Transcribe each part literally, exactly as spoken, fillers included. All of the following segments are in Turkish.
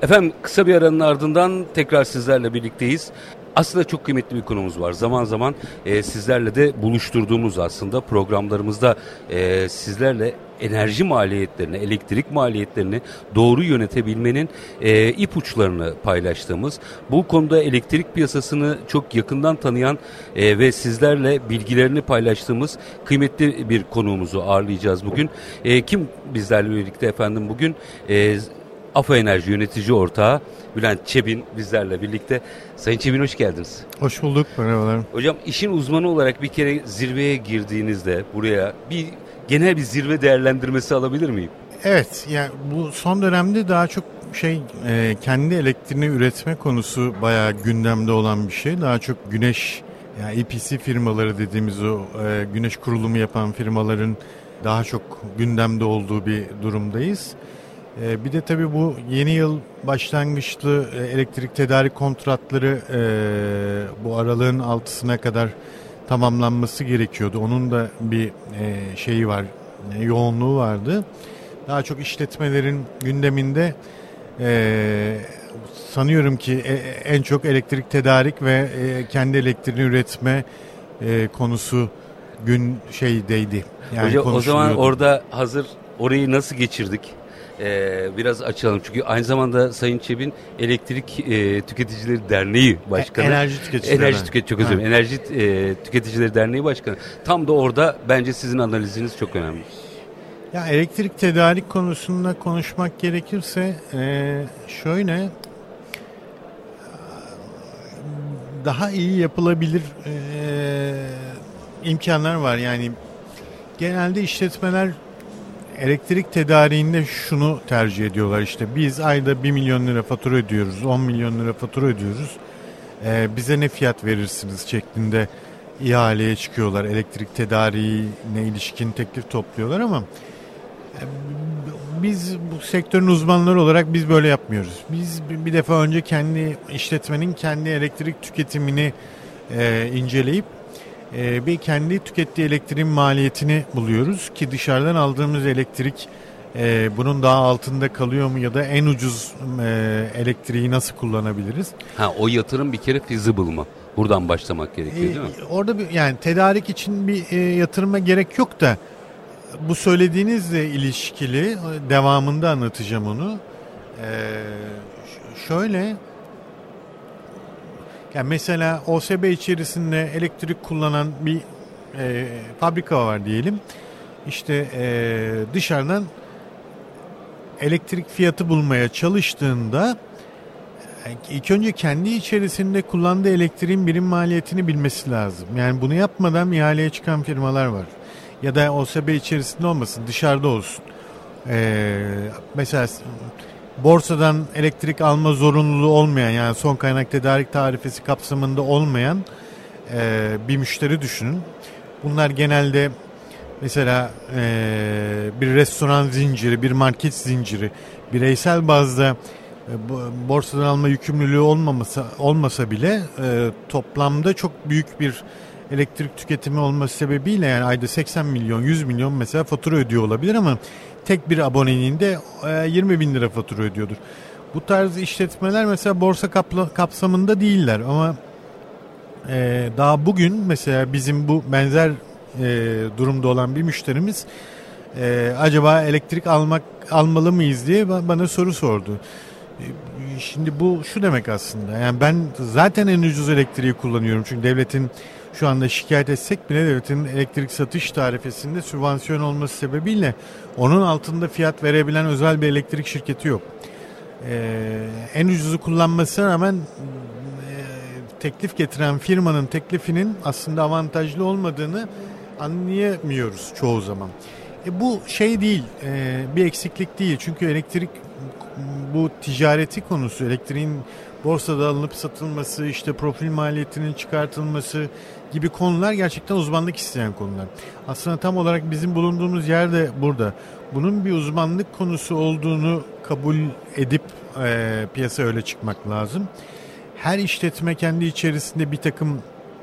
Efendim kısa bir aranın ardından tekrar sizlerle birlikteyiz. Aslında çok kıymetli bir konumuz var. Zaman zaman e, sizlerle de buluşturduğumuz aslında programlarımızda e, sizlerle enerji maliyetlerini, elektrik maliyetlerini doğru yönetebilmenin e, ipuçlarını paylaştığımız, bu konuda elektrik piyasasını çok yakından tanıyan e, ve sizlerle bilgilerini paylaştığımız kıymetli bir konuğumuzu ağırlayacağız bugün. E, kim bizlerle birlikte efendim bugün? E, AFA Enerji Yönetici Ortağı Bülent Çebin bizlerle birlikte. Sayın Çebin hoş geldiniz. Hoş bulduk, merhabalar. Hocam işin uzmanı olarak bir kere zirveye girdiğinizde buraya bir genel bir zirve değerlendirmesi alabilir miyim? Evet, yani bu son dönemde daha çok şey e, kendi elektriğini üretme konusu bayağı gündemde olan bir şey. Daha çok güneş, yani E P C firmaları dediğimiz o e, güneş kurulumu yapan firmaların daha çok gündemde olduğu bir durumdayız. E, bir de tabii bu yeni yıl başlangıçlı e, elektrik tedarik kontratları e, bu aralığın altısına kadar tamamlanması gerekiyordu. Onun da bir e, şeyi var, e, yoğunluğu vardı. Daha çok işletmelerin gündeminde e, sanıyorum ki e, en çok elektrik tedarik ve e, kendi elektriğini üretme e, konusu gün şeydeydi. Yani hocam o zaman orada hazır orayı nasıl geçirdik? Ee, biraz açalım çünkü aynı zamanda Sayın Çebin Elektrik e, Tüketicileri Derneği Başkanı. Enerji Tüketicileri. Enerji Tüketicileri çok özür dilerim. Enerji e, Tüketicileri Derneği Başkanı. Tam da orada bence sizin analiziniz çok önemli. Ya elektrik tedarik konusunda konuşmak gerekirse e, şöyle daha iyi yapılabilir e, imkanlar var. Yani genelde işletmeler elektrik tedariğinde şunu tercih ediyorlar, işte biz ayda bir milyon lira fatura ödüyoruz, on milyon lira fatura ödüyoruz, ee, bize ne fiyat verirsiniz şeklinde ihaleye çıkıyorlar, elektrik tedariğine ilişkin teklif topluyorlar ama e, biz bu sektörün uzmanları olarak biz böyle yapmıyoruz. Biz bir defa önce kendi işletmenin kendi elektrik tüketimini e, inceleyip Ee, bir kendi tükettiği elektriğin maliyetini buluyoruz ki dışarıdan aldığımız elektrik e, bunun daha altında kalıyor mu ya da en ucuz e, elektriği nasıl kullanabiliriz? Ha, o yatırım bir kere feasible mı? Buradan başlamak gerekiyor değil mi? Ee, orada bir, yani tedarik için bir e, yatırıma gerek yok da bu söylediğinizle ilişkili devamında anlatacağım onu. Ee, şöyle Yani mesela O S B içerisinde elektrik kullanan bir e, fabrika var diyelim. İşte e, dışarıdan elektrik fiyatı bulmaya çalıştığında ilk önce kendi içerisinde kullandığı elektriğin birim maliyetini bilmesi lazım. Yani bunu yapmadan ihaleye çıkan firmalar var. Ya da O S B içerisinde olmasın, dışarıda olsun. E, mesela borsadan elektrik alma zorunluluğu olmayan, yani son kaynak tedarik tarifesi kapsamında olmayan e, bir müşteri düşünün. Bunlar genelde mesela e, bir restoran zinciri, bir market zinciri, bireysel bazda e, borsadan alma yükümlülüğü olmaması olmasa bile e, toplamda çok büyük bir elektrik tüketimi olması sebebiyle, yani ayda seksen milyon, yüz milyon mesela fatura ödüyor olabilir ama tek bir aboneliğinde yirmi bin lira fatura ödüyordur. Bu tarz işletmeler mesela borsa kapla, kapsamında değiller ama e, daha bugün mesela bizim bu benzer e, durumda olan bir müşterimiz e, acaba elektrik almak almalı mıyız diye bana soru sordu. E, şimdi bu şu demek aslında, yani ben zaten en ucuz elektriği kullanıyorum çünkü devletin şu anda şikayet etsek bile devletin elektrik satış tarifesinde sübvansiyon olması sebebiyle onun altında fiyat verebilen özel bir elektrik şirketi yok. Ee, en ucuzu kullanmasına rağmen e, teklif getiren firmanın teklifinin aslında avantajlı olmadığını anlayamıyoruz çoğu zaman. E, bu şey değil, e, bir eksiklik değil çünkü elektrik bu ticareti konusu, elektriğin borsada alınıp satılması, işte profil maliyetinin çıkartılması gibi konular gerçekten uzmanlık isteyen konular. Aslında tam olarak bizim bulunduğumuz yer de burada. Bunun bir uzmanlık konusu olduğunu kabul edip e, piyasaya öyle çıkmak lazım. Her işletme kendi içerisinde bir takım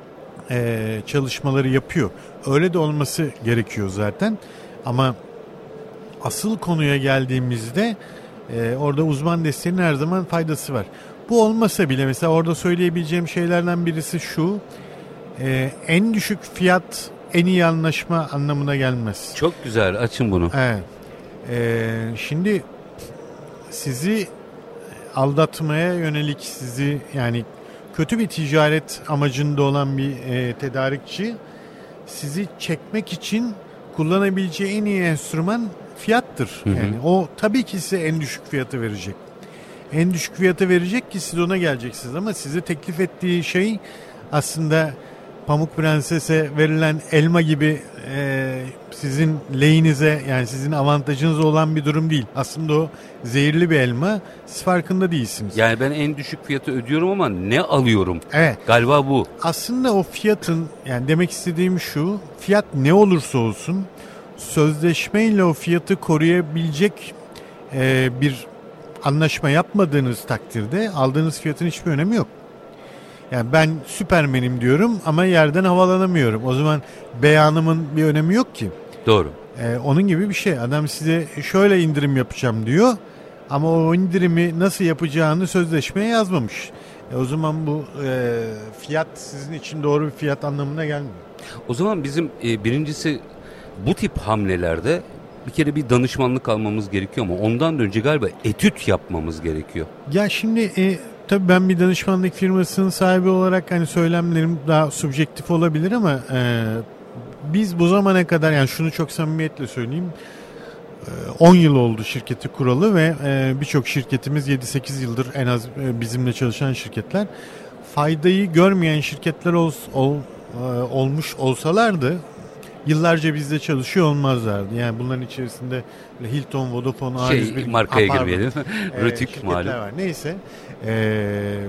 e, çalışmaları yapıyor. Öyle de olması gerekiyor zaten. Ama asıl konuya geldiğimizde e, orada uzman desteğinin her zaman faydası var. Bu olmasa bile mesela orada söyleyebileceğim şeylerden birisi şu, e, en düşük fiyat en iyi anlaşma anlamına gelmez. Çok güzel, açın bunu. Evet. E, şimdi sizi aldatmaya yönelik, sizi yani kötü bir ticaret amacında olan bir e, tedarikçi sizi çekmek için kullanabileceği en iyi enstrüman fiyattır. Hı hı. Yani o tabii ki size en düşük fiyatı verecek. En düşük fiyatı verecek ki siz ona geleceksiniz ama size teklif ettiği şey aslında Pamuk Prenses'e verilen elma gibi e, sizin lehinize, yani sizin avantajınız olan bir durum değil. Aslında o zehirli bir elma. Siz farkında değilsiniz. Yani ben en düşük fiyatı ödüyorum ama ne alıyorum? Evet. Galiba bu. Aslında o fiyatın, yani demek istediğim şu, fiyat ne olursa olsun sözleşmeyle o fiyatı koruyabilecek e, bir anlaşma yapmadığınız takdirde aldığınız fiyatın hiçbir önemi yok. Yani ben Süpermen'im diyorum ama yerden havalanamıyorum. O zaman beyanımın bir önemi yok ki. Doğru. Ee, onun gibi bir şey. Adam size şöyle indirim yapacağım diyor ama o indirimi nasıl yapacağını sözleşmeye yazmamış. E, o zaman bu e, fiyat sizin için doğru bir fiyat anlamına gelmiyor. O zaman bizim e, birincisi bu tip hamlelerde bir kere bir danışmanlık almamız gerekiyor ama ondan önce galiba etüt yapmamız gerekiyor. Ya şimdi e, tabii ben bir danışmanlık firmasının sahibi olarak hani söylemlerim daha subjektif olabilir ama e, biz bu zamana kadar, yani şunu çok samimiyetle söyleyeyim, e, on yıl oldu şirketi kuralı ve e, birçok şirketimiz yedi sekiz yıldır en az e, bizimle çalışan şirketler. Faydayı görmeyen şirketler ol, ol, e, olmuş olsalardı yıllarca bizde çalışıyor olmazlardı. Yani bunların içerisinde Hilton, Vodafone, A yüz bir şey, markaya apar, girmeyelim. e, Rütük malum. var. Neyse. E,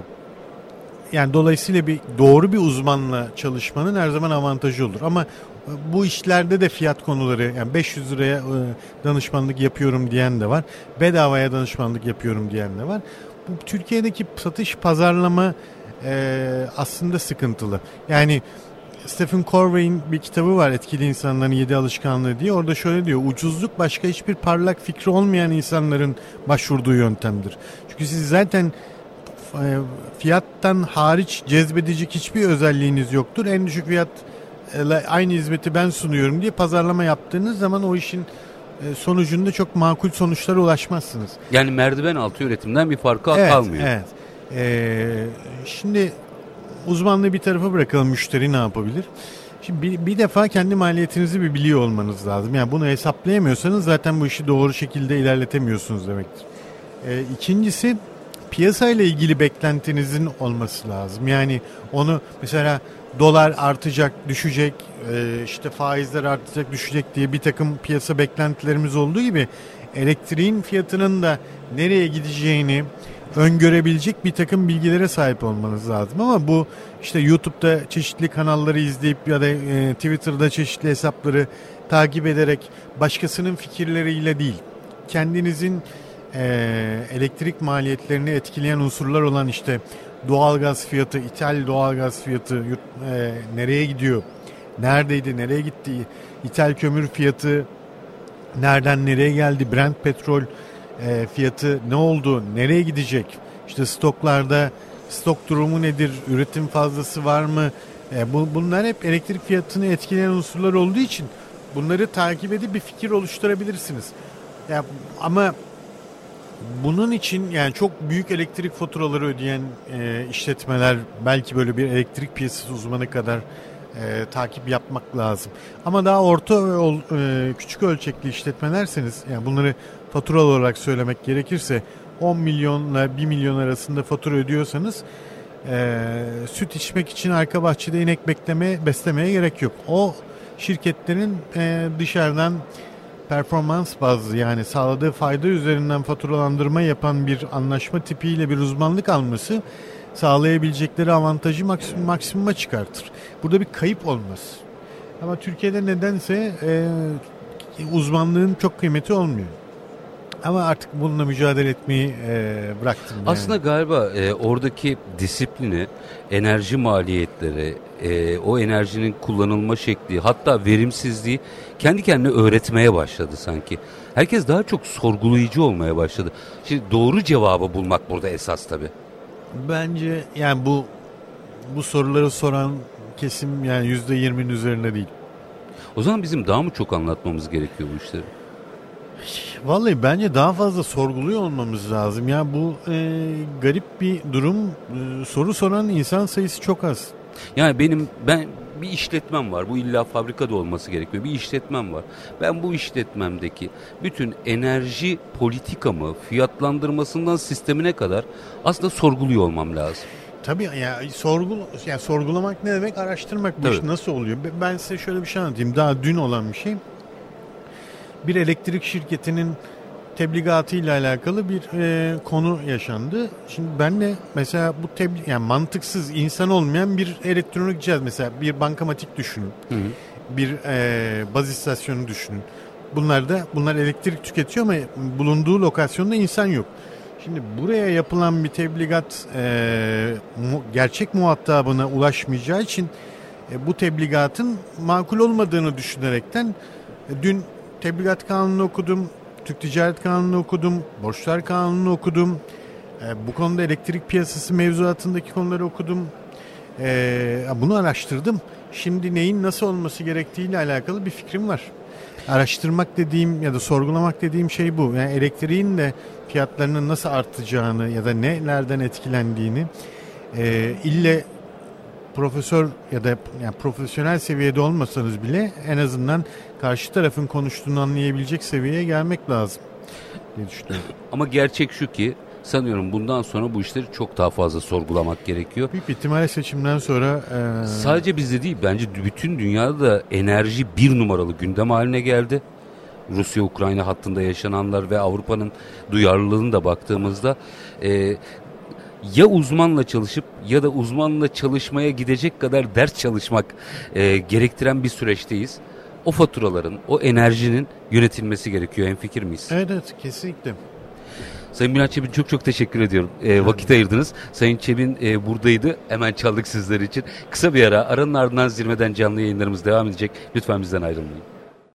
yani dolayısıyla bir doğru bir uzmanla çalışmanın her zaman avantajı olur. Ama bu işlerde de fiyat konuları, yani beş yüz liraya e, danışmanlık yapıyorum diyen de var. Bedavaya danışmanlık yapıyorum diyen de var. Bu Türkiye'deki satış pazarlama e, aslında sıkıntılı. Yani Stephen Corvey'in bir kitabı var, Etkili İnsanların Yedi Alışkanlığı diye. Orada şöyle diyor: ucuzluk başka hiçbir parlak fikri olmayan insanların başvurduğu yöntemdir. Çünkü siz zaten fiyattan hariç cezbedecek hiçbir özelliğiniz yoktur. En düşük fiyatla aynı hizmeti ben sunuyorum diye pazarlama yaptığınız zaman o işin sonucunda çok makul sonuçlara ulaşmazsınız. Yani merdiven altı üretimden bir farkı evet, kalmıyor. Evet. Ee, şimdi uzmanlığı bir tarafa bırakalım, müşteri ne yapabilir? Şimdi bir, bir defa kendi maliyetinizi bir biliyor olmanız lazım. Yani bunu hesaplayamıyorsanız zaten bu işi doğru şekilde ilerletemiyorsunuz demektir. Ee, ikincisi, piyasayla ilgili beklentinizin olması lazım. Yani onu mesela dolar artacak, düşecek, işte faizler artacak, düşecek diye bir takım piyasa beklentilerimiz olduğu gibi elektriğin fiyatının da nereye gideceğini öngörebilecek bir takım bilgilere sahip olmanız lazım. Ama bu işte YouTube'da çeşitli kanalları izleyip ya da Twitter'da çeşitli hesapları takip ederek başkasının fikirleriyle değil, kendinizin Ee, elektrik maliyetlerini etkileyen unsurlar olan işte doğalgaz fiyatı, ithal doğalgaz fiyatı yurt, e, nereye gidiyor, neredeydi, nereye gitti, ithal kömür fiyatı nereden nereye geldi, Brent petrol e, fiyatı ne oldu, nereye gidecek, işte stoklarda stok durumu nedir, üretim fazlası var mı, e, bu, bunlar hep elektrik fiyatını etkileyen unsurlar olduğu için bunları takip edip bir fikir oluşturabilirsiniz. Ya, ama bunun için yani çok büyük elektrik faturaları ödeyen e, işletmeler belki böyle bir elektrik piyasası uzmanı kadar e, takip yapmak lazım. Ama daha orta ve e, küçük ölçekli işletmelerseniz, yani bunları fatura olarak söylemek gerekirse on milyonla bir milyon arasında fatura ödüyorsanız e, süt içmek için arka bahçede inek bekleme, beslemeye gerek yok. O şirketlerin e, dışarıdan performans bazlı, yani sağladığı fayda üzerinden faturalandırma yapan bir anlaşma tipiyle bir uzmanlık alması sağlayabilecekleri avantajı maksimum, maksimuma çıkartır. Burada bir kayıp olmaz. Ama Türkiye'de nedense e, uzmanlığın çok kıymeti olmuyor. Ama artık bununla mücadele etmeyi e, bıraktım. Yani. Aslında galiba e, oradaki disiplini, enerji maliyetleri, e, o enerjinin kullanılma şekli, hatta verimsizliği kendi kendine öğretmeye başladı sanki. Herkes daha çok sorgulayıcı olmaya başladı. Şimdi doğru cevabı bulmak burada esas tabii. Bence yani bu bu soruları soran kesim yani yüzde yirminin üzerinde değil. O zaman bizim daha mı çok anlatmamız gerekiyor bu işleri? Vallahi bence daha fazla sorguluyor olmamız lazım. Ya bu e, garip bir durum. E, soru soran insan sayısı çok az. Yani benim ben bir işletmem var. Bu illa fabrikada olması gerekiyor. Bir işletmem var. Ben bu işletmemdeki bütün enerji politikamı, fiyatlandırmasından sistemine kadar aslında sorguluyor olmam lazım. Tabii ya sorgul yani sorgulamak ne demek? Araştırmak bu iş nasıl oluyor? Ben size şöyle bir şey anlatayım. Daha dün olan bir şey. Bir elektrik şirketinin tebligatıyla alakalı bir e, konu yaşandı. Şimdi ben de mesela bu tebliğ yani mantıksız, insan olmayan bir elektronik cihaz, mesela bir bankamatik düşünün. Hı hı. Bir e, baz istasyonu düşünün. Bunlar da bunlar elektrik tüketiyor ama bulunduğu lokasyonda insan yok. Şimdi buraya yapılan bir tebligat e, mu, gerçek muhatabına ulaşmayacağı için e, bu tebligatın makul olmadığını düşünerekten e, dün tebligat kanunu okudum, Türk Ticaret Kanunu'nu okudum, Borçlar Kanunu'nu okudum. E, bu konuda elektrik piyasası mevzuatındaki konuları okudum. E, bunu araştırdım. Şimdi neyin nasıl olması gerektiğiyle alakalı bir fikrim var. Araştırmak dediğim ya da sorgulamak dediğim şey bu. Yani elektriğin de fiyatlarının nasıl artacağını ya da nelerden etkilendiğini e, ille profesör ya da yani profesyonel seviyede olmasanız bile en azından karşı tarafın konuştuğunu anlayabilecek seviyeye gelmek lazım diye düşünüyorum. Ama gerçek şu ki sanıyorum bundan sonra bu işleri çok daha fazla sorgulamak gerekiyor. Büyük bir ihtimalle seçimden sonra... E... Sadece bizde değil, bence bütün dünyada da enerji bir numaralı gündem haline geldi. Rusya-Ukrayna hattında yaşananlar ve Avrupa'nın duyarlılığına da baktığımızda... E, ya uzmanla çalışıp ya da uzmanla çalışmaya gidecek kadar ders çalışmak e, gerektiren bir süreçteyiz. O faturaların, o enerjinin yönetilmesi gerekiyor. Hemfikir miyiz? Evet, evet, kesinlikle. Sayın Bülent Çebin çok çok teşekkür ediyorum. E, vakit ayırdınız. Sayın Çebin e, buradaydı. Hemen çaldık sizler için. Kısa bir ara. Aranın ardından zirveden canlı yayınlarımız devam edecek. Lütfen bizden ayrılmayın.